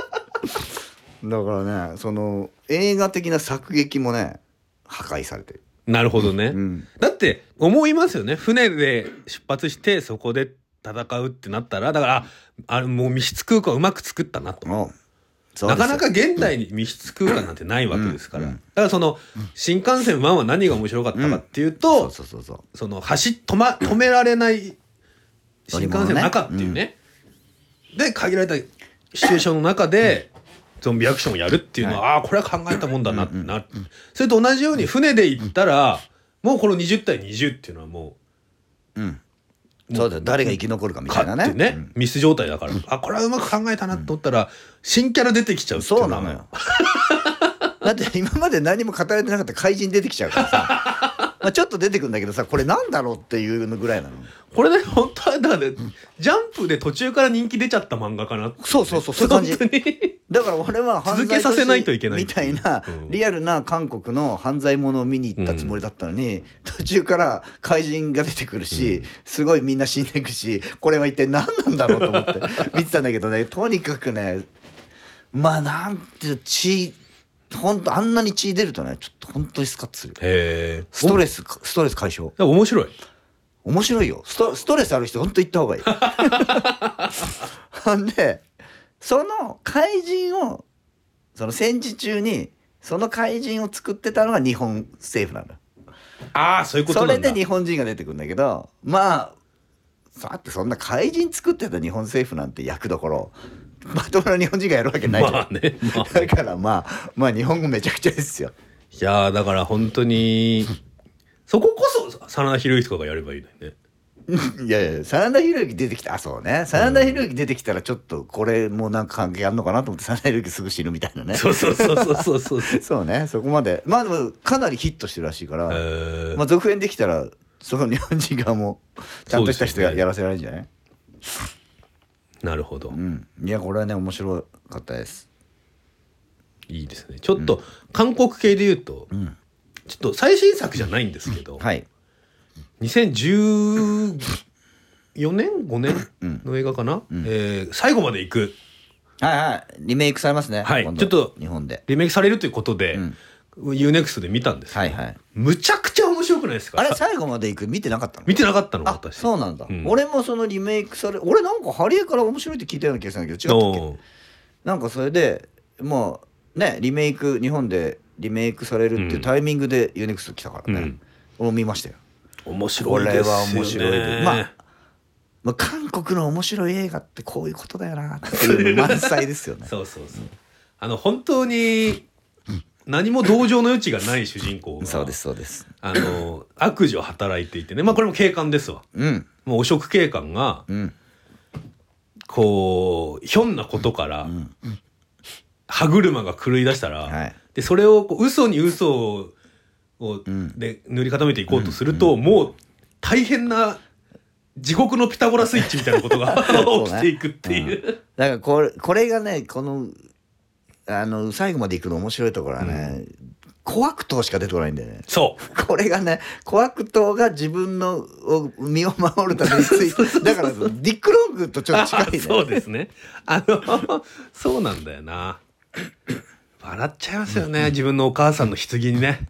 からねその映画的な作劇もね破壊されてる。 なるほどね、うん、だって思いますよね。船で出発してそこで戦うってなったらだからあれもう密室空間をうまく作ったなと。なかなか現代に密室空間なんてないわけですから、うんうん、だからその新幹線ワンは何が面白かったかっていうと、その走止ま止められない新幹線の中っていうね、うん、で限られたシチュエーションの中でゾンビアクションをやるっていうのは、はい、ああこれは考えたもんだなってなる、うんうん、それと同じように船で行ったらもうこのにじゅう対にじゅうっていうのはもう、うんそうだ誰が生き残るかみたいなね、 ね、うん、ミス状態だから、うん、あこれはうまく考えたなと思ったら、うん、新キャラ出てきちゃうっていうのはそうなのよだって今まで何も語られてなかった怪人出てきちゃうからさまあちょっと出てくるんだけどさ、これなんだろうっていうのぐらいなの。 これね本当はだから、ね、ジャンプで途中から人気出ちゃった漫画かなって、ね、 そうそうそうそういう感じだから俺は続けさせないといけないみたいな、うん、リアルな韓国の犯罪ものを見に行ったつもりだったのに、うん、途中から怪人が出てくるし、うん、すごいみんな死んでいくし、これは一体何なんだろうと思って見てたんだけどね、とにかくね、まあなんていう血本当あんなに血出るとね、ちょっと本当にスカッとする。 へストレスストレス解消。 面白い面白いよ。スト、ストレスある人本当行った方がいい。ほんでその怪人をその戦時中にその怪人を作ってたのが日本政府なんだ。 ああそういうことなんだ。 それで日本人が出てくるんだけど、まあだってそんな怪人作ってた日本政府なんて役どころまともな日本人がやるわけないじゃん。 まあね、まあね、だからまあまあ日本語めちゃくちゃですよ。 いやだから本当にそここそ真田広之とかがやればいいのにね。 いやいや真田広之出てきた、あそうね、真田広之出てきたらちょっとこれもなんか関係あるのかなと思って、真田広之すぐ死ぬみたいなね。 そうそうそうそうそうそうそうね、そこまでまあでもかなりヒットしてるらしいから、まあ続編できたらその日本人側もちゃんとした人がやらせられるんじゃない？ なるほど、 うん、いやこれはね面白かったです。 いいですね。ちょっと韓国系で言うと、うん、ちょっと最新作じゃないんですけど、 はい、 にせんじゅうよねんごねんの映画かな、うん、えー、最後まで行く、 はいはい、リメイクされますね。 はい、ちょっと日本でリメイクされるということで、うん、ユーネクストで見たんですけど、 はいはい、 むちゃくちゃ面白くないですか？ あれ最後まで行く見てなかったの？ 見てなかったの私。 そうなんだ、うん、俺もそのリメイクされ、俺なんかハリエから面白いって聞いたような気がするんだけど違ったっけ？なんかそれでもうねリメイク日本でリメイクされるっていうタイミングでユーネクスト来たからね、うん、俺も見ましたよ。 面白いですよね。 これは面白いで、まあ、まあ韓国の面白い映画ってこういうことだよなっていうの満載ですよね。 そうそうそう、あの本当に何も同情の余地がない主人公がそうですそうです、 あの悪事を働いていてね、まあこれも警官ですわ、 うん、 もう汚職警官が、うん、こうひょんなことから、うん、歯車が狂い出したら、はい、でそれをこう嘘に嘘ををで塗り固めていこうとすると、うんうん、もう大変な地獄のピタゴラスイッチみたいなことが起きていくっていう、うん、 だからこれ、これがねこのあの最後までいくの面白いところはね、うん、小悪党しか出てこないんだよね。 そうこれがね小悪党が自分の身を守るためについてだからディック・ロングとちょっと近いね。 そうですね、あのそうなんだよな。笑っちゃいますよね、うん、自分のお母さんの棺にね。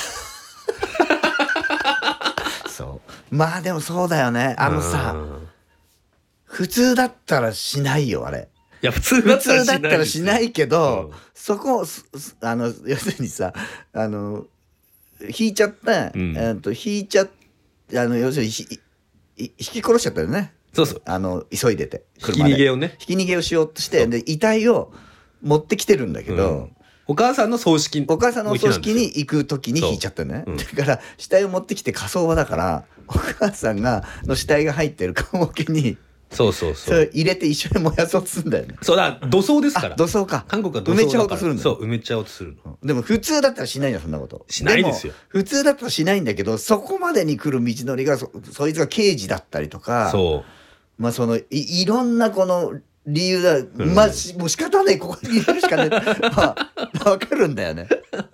そうまあでもそうだよね、あのさ、うん、普通だったらしないよあれ。 いや普通だったらしない、 普通だったらしないけど、うん、そこあの要するにさあの引いちゃった、うん、えー、と引いちゃあの要するにひ引き殺しちゃったよね。 そうそう、 あの急いでて車で引き逃げをね引き逃げをしようとして、で遺体を持ってきてるんだけど、うん、 お母さんの葬式お母さんの葬式に行く時に引いちゃったね、うん、だから死体を持ってきて火葬場だからお母さんがの死体が入ってる棺桶にそうそうそう、 それ入れて一緒に燃やそうとするんだよね。 そうだ、土葬ですから。 土葬か。 韓国は土葬だから埋めちゃおうとするんだ。 そう埋めちゃおうとするの。 でも普通だったらしないよそんなこと。 しないですよ。 普通だったらしないんだけど、そこまでに来る道のりが そ, そいつが刑事だったりとか、 そうまあその い, いろんなこの理由だ、うん、まあもう仕方ないここにいるしかね、まあわかるんだよね。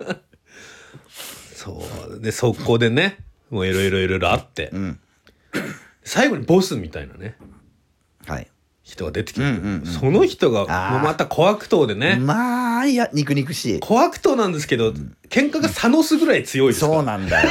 そうでそこでね、もういろいろいろいろあって、うん、最後にボスみたいなね。 はい。 人が出てきて、うんうんうん、その人がもうまた小悪党でね、 まあいや肉肉しい小悪党なんですけど、うん、喧嘩がサノスぐらい強いですから。 そうなんだよ。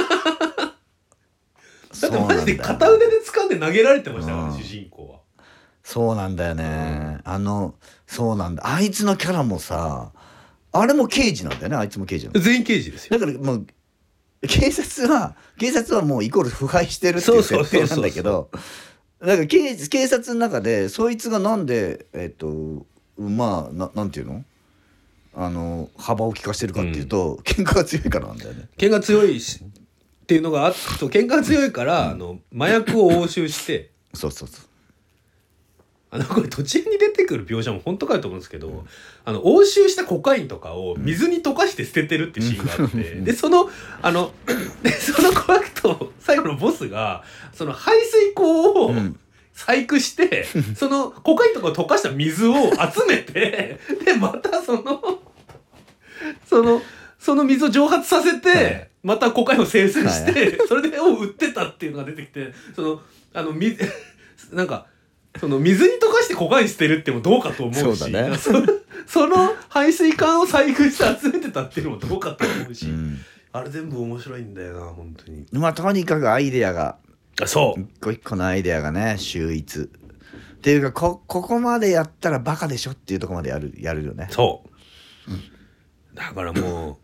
だってマジで片腕で掴んで投げられてましたから、ね、うん、主人公は。 そうなんだよね、うん、あのそうなんだ、あいつのキャラもさ、あれも刑事なんだよね、あいつも刑事なんだよ。 全員刑事ですよ。 だからもう警察は警察はもうイコール腐敗してるっていう設定なんだけど、だから 警, 警察の中でそいつがなんでえっ、ー、とまあ な, なんていうのあの幅を利かしてるかっていうと、うん、喧嘩が強いからなんだよね。 喧嘩強いしっていうのがあっと、喧嘩が強いから、うん、あの麻薬を押収してそうそうそう、 あのこれ途中に出てくる描写も本当かよと思うんですけど、うん、あの押収したコカインとかを水に溶かして捨ててるってシーンがあって、うん、でそのあのでその小悪党最後のボスがその排水口を、うん細工してそのコカインとかを溶かした水を集めてでまたそのそのその水を蒸発させて、はい、またコカインを生成して、はい、それでを売ってたっていうのが出てきてそのあのみなんかその水に溶かしてコカイン捨てるってもどうかと思うしそうだね、 そ, その排水管を細工して集めてたっていうのもどうかと思うし、うん、あれ全部面白いんだよな本当に。 まあとにかくアイデアがそう一個一個のアイデアがね秀逸っていうか こ, ここまでやったらバカでしょっていうところまでやるやるよね。 そう、うん、だからも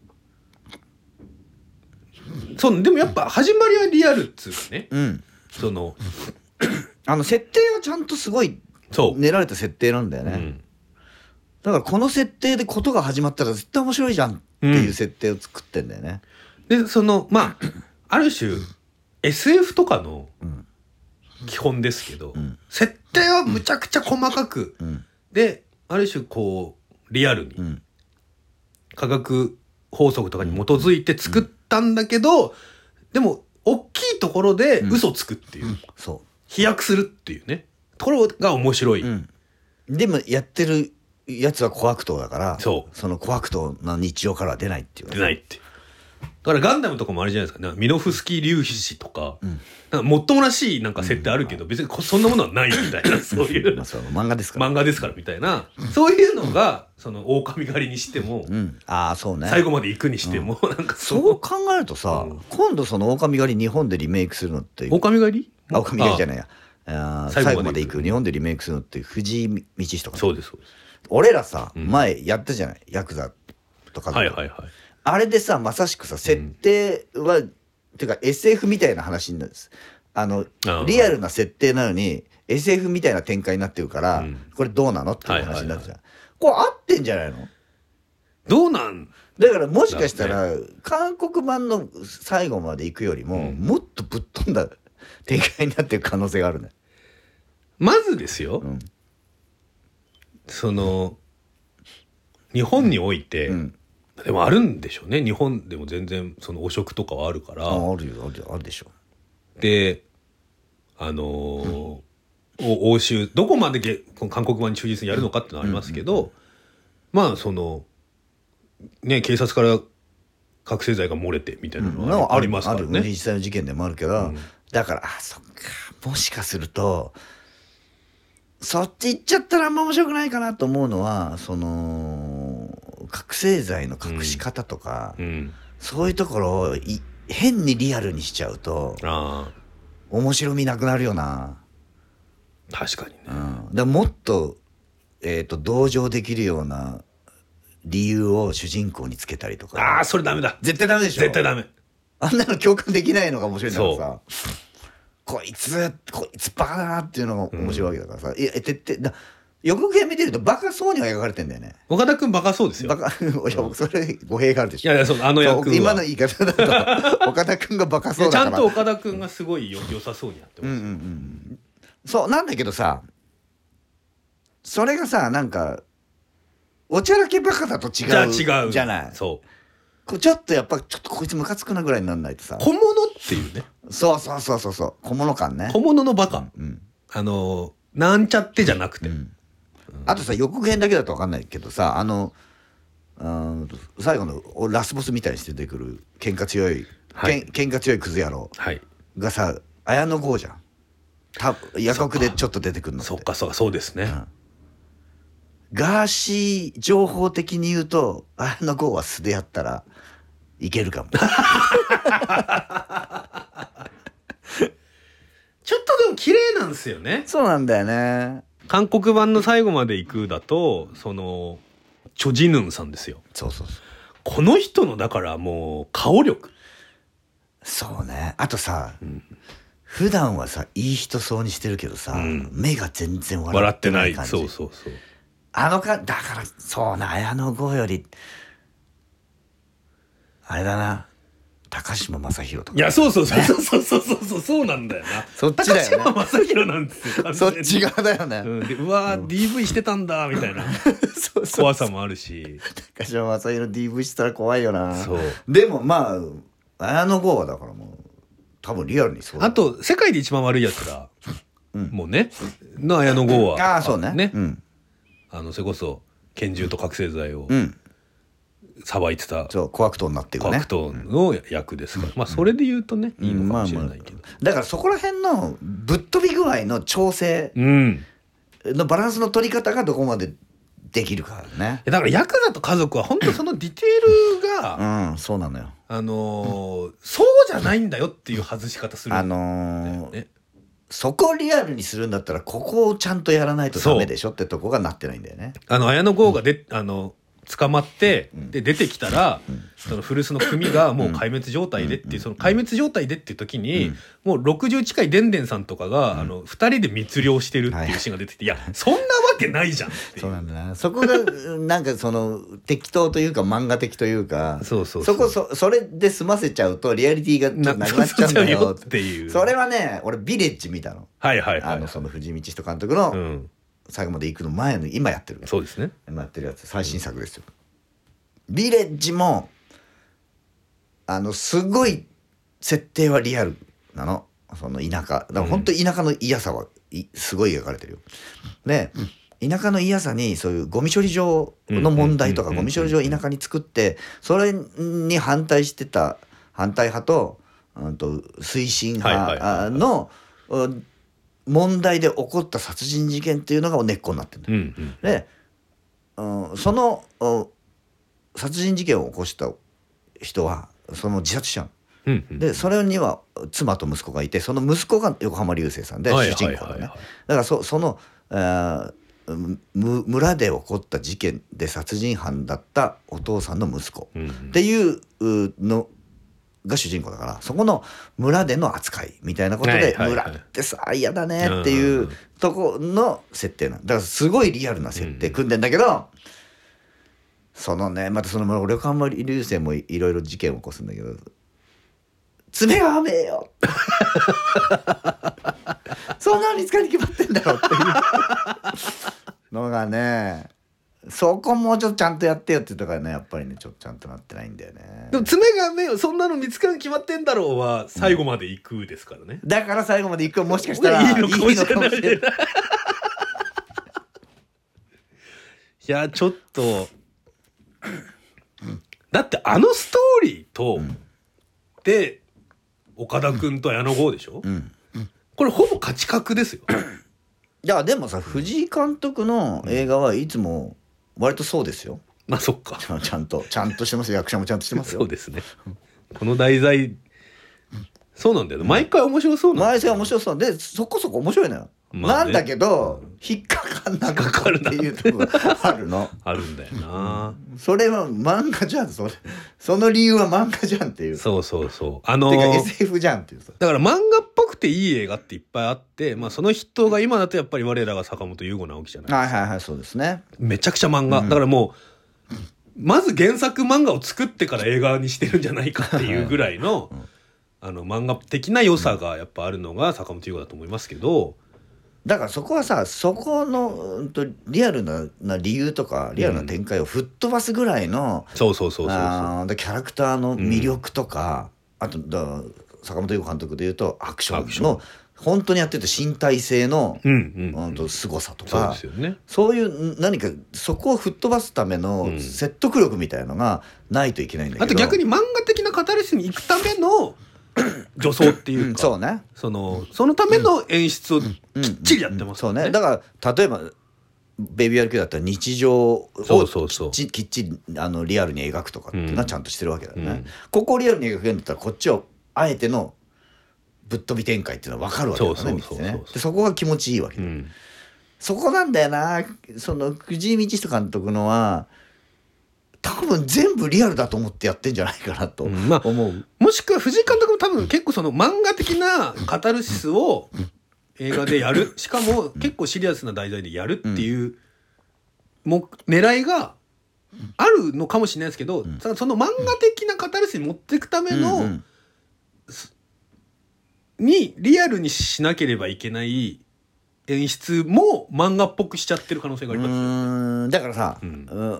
うそうでもやっぱ始まりはリアルっつうかね、 うん、 そのあの設定はちゃんとすごい練られた設定なんだよね、うん、だからこの設定でことが始まったら絶対面白いじゃんっていう設定を作ってんだよね、 うん、でそのまあある種エスエフ とかの基本ですけど、うん、設定はむちゃくちゃ細かく、うん、である種こうリアルに、うん、科学法則とかに基づいて作ったんだけど、うん、でも大きいところで嘘つくっていう、うん、 そう飛躍するっていうねところが面白い、 うん、でもやってるやつは小悪党だからそうその小悪党の日常からは出ないっていう、 出ないっていうだからガンダムとかもあれじゃないですか、ミノフスキー粒子とか、うん、なんかもっともらしいなんか設定あるけど、うん、別にそんなものはないみたいなそういうまあそう漫画ですから漫画ですからみたいなそういうのがその狼狩りにしても、 うん、あそうね最後まで行くにしても、うん、なんかそう考えるとさ、うん、今度その狼狩り日本でリメイクするのって狼狩りあ狼狩りじゃないやあ最後まで行く日本でリメイクするのって藤井道人かな。 そうですそうです俺らさ、うん、前やったじゃないヤクザとかはいはいはいあれでさまさしくさ設定は、うん、てか エスエフ みたいな話になるんですあのリアルな設定なのに エスエフ みたいな展開になってるから、うん、これどうなのっていう話になるじゃん、はいはいはい、これ合ってんじゃないのどうなんだからもしかしたら、ね、韓国版の最後まで行くよりも、うん、もっとぶっ飛んだ展開になってる可能性があるね。 まずですよ、うん、その日本において、うん、でもあるんでしょうね日本でも全然その汚職とかはあるからああるよあるあるでしょであのーうん、押収どこまでこの韓国版に忠実にやるのかってのはありますけど、うんうんうん、まあそのね警察から覚醒剤が漏れてみたいなのは、うん、ありますからね。ある実際の事件でもあるけど、うん、だからあそっかもしかするとそっち行っちゃったらあんま面白くないかなと思うのはその覚醒剤の隠し方とか、うんうん、そういうところをい変にリアルにしちゃうとあ面白みなくなるよな。 確かにね、 うん、だもっと、えーと、同情できるような理由を主人公につけたりとか。 ああそれダメだ絶対ダメでしょ。 絶対ダメ。 あんなの共感できないのが面白いんだからさこいつこいつバカだなっていうのが面白いわけだからさ、うん、いやてってだ予告編見てるとバカそうには描かれてんだよね。 岡田君バカそうですよ。 バカいや僕それ語弊があるでしょ。 いやいやそうあの役は今の言い方だと岡田君がバカそうだからちゃんと岡田君がすごいよ良さそうにやってます、うんうんうん、 そうなんだけどさそれがさなんかおちゃらけバカだと違うじゃ違うじゃない。 そうこちょっとやっぱちょっとこいつムカつくなぐらいになんないとさ小物っていうねそうそうそうそうそう小物感ね小物のバカ、うんうん、あのなんちゃってじゃなくて、うん、 あとさ予告編だけだと分かんないけどさあのうん最後のラスボスみたいにして出てくる喧嘩強い、はい、けん喧嘩強いクズ野郎がさ、はい、綾野剛じゃんた予告でちょっと出てくるのって。 そっかそっかそうですね、うんガーシー情報的に言うと綾野剛は素でやったらいけるかもちょっとでも綺麗なんですよね。 そうなんだよね。 韓国版の最後まで行くだとそのチョジヌンさんですよ。 そうそうそうこの人のだからもう顔力そうね。あとさ、うん、普段はさいい人そうにしてるけどさ、うん、目が全然笑ってない感じ。 笑ってないそうそうそうあのかだからそうな綾野剛よりあれだな高嶋政宏とか。 いやそうそうそうそうそうそうそうそうなんだよな。 そっちだよね。 高嶋政宏なんですよ。 そっち側だよね。 うん、でうわー、うん、ディーブイ してたんだみたいなそうそう怖さもあるし。 高嶋政宏 ディーブイ したら怖いよな。 そう。 でもまあ綾野剛はだからもう多分リアルにそう。 あと世界で一番悪いやつら、うん、もうねの綾野剛はああそうね。ね、うん、 あのそれこそ拳銃と覚醒剤を。 うんさばいてたそう小悪党になっていくね小悪党の役ですから、うん、まあそれで言うとね、うん、いいのかもしれないけど、まあまあ、 だからそこら辺のぶっ飛び具合の調整のバランスの取り方がどこまでできるかね。 だからヤクザと家族は本当そのディテールがうんそうなのよ。 あのーうん、そうじゃないんだよっていう外し方するんだよね。 あのーそこをリアルにするんだったらここをちゃんとやらないとダメでしょってとこがなってないんだよね。 あの綾野剛がで、うん、あの捕まってで出てきたら、うん、その古巣の組がもう壊滅状態でっていう、その壊滅状態でっていう時に、うん、もうろくじゅう近いでんでんさんとかが、うん、あのふたりで密漁してるっていうシーンが出てきて、はい、いやそんなわけないじゃんっていう。 そうなんだな。そこがなんかその適当というか漫画的というかそうそうそうそこ そ, それで済ませちゃうとリアリティがなくなっちゃうんだよっていう。それはね俺ビレッジ見たの。 はいはいはい、はい、 あのその藤道人監督の、うん最後まで行くの前の今やってるそうですね今やってるやつ最新作ですよ、うん、ビレッジもあのすごい設定はリアルなの。その田舎だから本当に田舎の嫌さは、うん、すごい描かれてるよ。で、うん、田舎の嫌さにそういうゴミ処理場の問題とかゴミ処理場を田舎に作ってそれに反対してた反対派と、うん、と推進派の問題で起こった殺人事件っていうのが根っこになってるんだよ、うんうん、で、うん、その殺人事件を起こした人はその自殺しちゃう、うんうん、でそれには妻と息子がいてその息子が横浜流星さんで主人公だね。だからそ, その、えー、村で起こった事件で殺人犯だったお父さんの息子っていうのが主人公だからそこの村での扱いみたいなことで、村ってさ嫌だねっていうとこの設定なんだからすごいリアルな設定組んでんだけど、そのねまたその横浜流星もいろいろ事件を起こすんだけど爪は甘えよそんなのに使いに決まってんだろっていうのがねそこもうちょっとちゃんとやってよって言ったからねやっぱりねちょっとちゃんとなってないんだよね。 でも爪がねそんなの見つかるに決まってんだろうは最後まで行くですからね、 うん、だから最後まで行くもしかしたらいいのかもしれないいやちょっとだってあのストーリーと、うん、で岡田君と綾野剛でしょ、うんうん、これほぼ勝ち確ですよいやでもさ藤井監督の映画はいつも割とそうですよ。 まあそっかちゃんとちゃんとしてますよ。役者もちゃんとしてますよ。 そうですねこの題材そうなんだよ、毎回面白そうなんだよ、 毎回面白そうでそこそこ面白いのよ、まあね、なんだけど引っかかんなかったっていうところがあるのあるんだよな、 うん、それは漫画じゃんそれその理由は漫画じゃんっていうそうそうそうあのー、 てか エスエフ じゃんっていうさだから漫画っぽくていい映画っていっぱいあって、まあ、その人が今だとやっぱり我らが坂本優吾直樹じゃないですか。 はいはいはいそうですねめちゃくちゃ漫画、うん、だからもうまず原作漫画を作ってから映画にしてるんじゃないかっていうぐらいの、うん、あの漫画的な良さがやっぱあるのが坂本優吾だと思いますけど、 だからそこはさそこの、うん、とリアル な, な理由とかリアルな展開を吹っ飛ばすぐらいの、 うん、そうそうそうそうそうでキャラクターの魅力とか、うん、あとだ坂本優吾監督でいうとアクションの本当にやってると身体性の、うんうんうん、と凄さとかそうですよね、 そういう何かそこを吹っ飛ばすための説得力みたいのがないといけないんだけど、 あと逆に漫画的なカタルシスに行くための女装っていうか、うん、 そうねそのそのための演出をきっちりやってます、ね、 うんうんうん、そうねだから例えばベイビー アール キューだったら日常をきっちそうそうそうきっちりあのリアルに描くとかっていうのはちゃんとしてるわけだよね、うん、ここをリアルに描くんだったらこっちをあえてのぶっ飛び展開っていうのは分かるわけだよね、見ててね。でそこが気持ちいいわけだ、うん、そこなんだよな。その藤井道人監督のは多分全部リアルだと思ってやってんじゃないかなと思う、うんまあ、 もしくは藤井監督も多分結構その漫画的なカタルシスを映画でやる、しかも結構シリアスな題材でやるっていうも狙いがあるのかもしれないですけど、うん、その漫画的なカタルシスに持っていくための、うんうん、にリアルにしなければいけない演出も漫画っぽくしちゃってる可能性がありますよ。うーんだからさ、うん、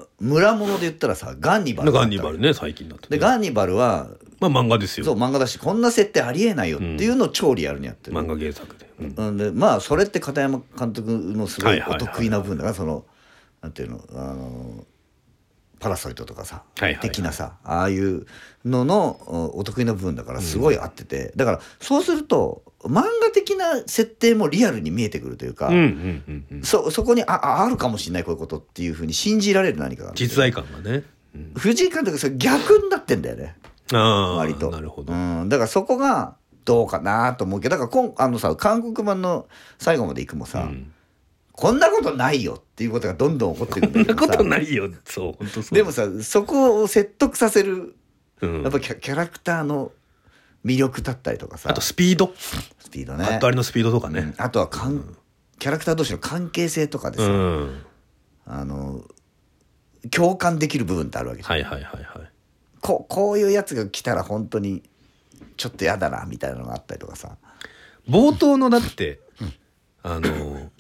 村物で言ったらさガンニバルガンニバルね最近だと、ね、 でガンニバルはまあ漫画ですよ。 そう漫画だしこんな設定ありえないよっていうのを超リアルにやってる、 うん、漫画原作で、 うん、でまあそれって片山監督のすごいお得意な部分だからそのなんていうのあのパラソイトとかさ、はいはいはい、的なさああいうののお得意な部分だからすごい合ってて、うん、だからそうすると漫画的な設定もリアルに見えてくるというか、うんうんうんうん、そ, そこに あ, あるかもしれないこういうことっていうふうに信じられる何かが実在感がね、 うん、藤井監督それ逆になってんだよねあ割となるほど、 うん、だからそこがどうかなと思うけどだからこんあのさ韓国版の最後まで行くもさ、うんこんなことないよっていうことがどんどん起こってくるんだけどさこんなことないよそう本当そうでもさそこを説得させる、うん、やっぱキャ、キャラクターの魅力だったりとかさあとスピードスピードねあとあれのスピードとかね、うん、 あとはかん、うん、キャラクター同士の関係性とかでさ、うん、あの共感できる部分ってあるわけじゃん、 はいはいはいはい、 こ, こういうやつが来たら本当にちょっとやだなみたいなのがあったりとかさ冒頭のだってあの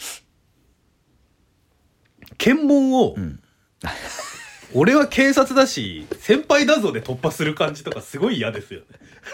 検問を、うん、俺は警察だし先輩だぞで突破する感じとかすごい嫌ですよね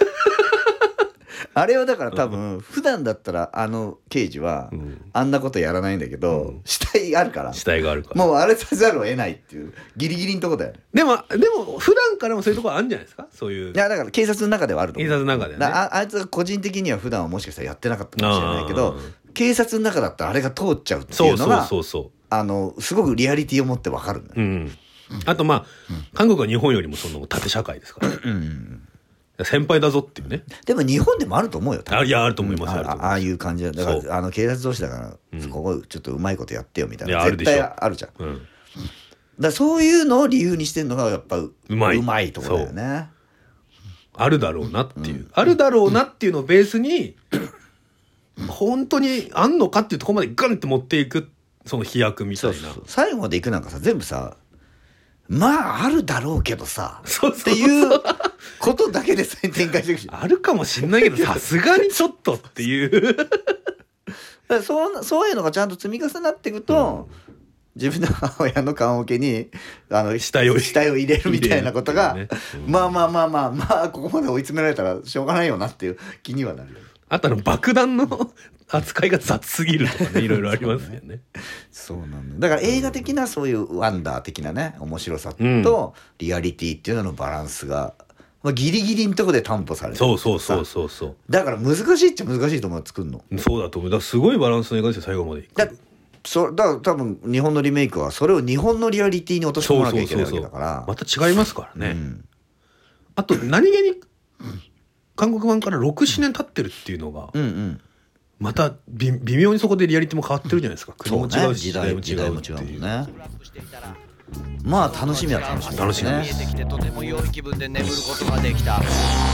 あれはだから多分普段だったらあの刑事はあんなことやらないんだけど、うん、死体あるから死体があるからもうあれさざるを得ないっていうギリギリのとこだよね。 でもでも普段からもそういうとこあるんじゃないですかそういう。 いやだから警察の中ではあると思う。 警察の中で、ね、 あ, あいつが個人的には普段はもしかしたらやってなかったかもしれないけど警察の中だったらあれが通っちゃうっていうのがそうそうそうそうあのすごくリアリティを持って分かるんだよ、 うんあとまあ、うん、韓国は日本よりもその縦社会ですから、ねうん、先輩だぞっていうね。 でも日本でもあると思うよ。 あいやあると思います、うん、 あ, ああいう感じだだからあの警察同士だから、うん、ここちょっとうまいことやってよみたいな絶対あるじゃん、うん、だからそういうのを理由にしてるのがやっぱうまい、うまいところだよね。 あるだろうなっていう、うん、あるだろうなっていうのをベースに本当にあんのかっていうところまでガンって持っていくその飛躍みたいな。そうそう最後までいくなんかさ全部さまああるだろうけどさそうそうそうっていうことだけで展開していくしあるかもしんないけどさすがにちょっとっていうだそうそういうのがちゃんと積み重なっていくと、うん、自分の母親の棺桶にあの死体を死体を入れるみたいなことが、ねうん、まあまあまあまあまあここまで追い詰められたらしょうがないよなっていう気にはなるよ。 あとあの爆弾の扱いが雑すぎるとかねいろいろありますよね。 そうなんだ。だから映画的なそういうワンダー的なね面白さとリアリティっていうののバランスが、まあ、ギリギリのとこで担保されてる。 そうそうそうそうそう。 だから難しいっちゃ難しいと思う作るの。 そうだと思う。だからすごいバランスの映画ですよ最後までいく。 だそだから多分日本のリメイクはそれを日本のリアリティに落とし込まなきゃいけないわけだから。 そうそうそうそうまた違いますからね。うん、あと何気に韓国版からろく、ななねん経ってるっていうのが、うんうん、また微妙にそこでリアリティも変わってるじゃないですか。国も違うし、 ね、時代も違うっていうね。まあ楽しみは楽しみだね。楽しみ見えてきてとても良い気分で眠ることができた。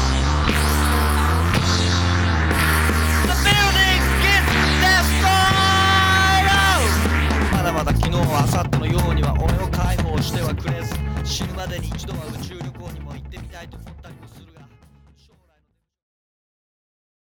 まだまだ昨日は明後日のようには俺を解放してはくれず死ぬまでに一度は宇宙旅行にも行ってみたいと思ったりもするが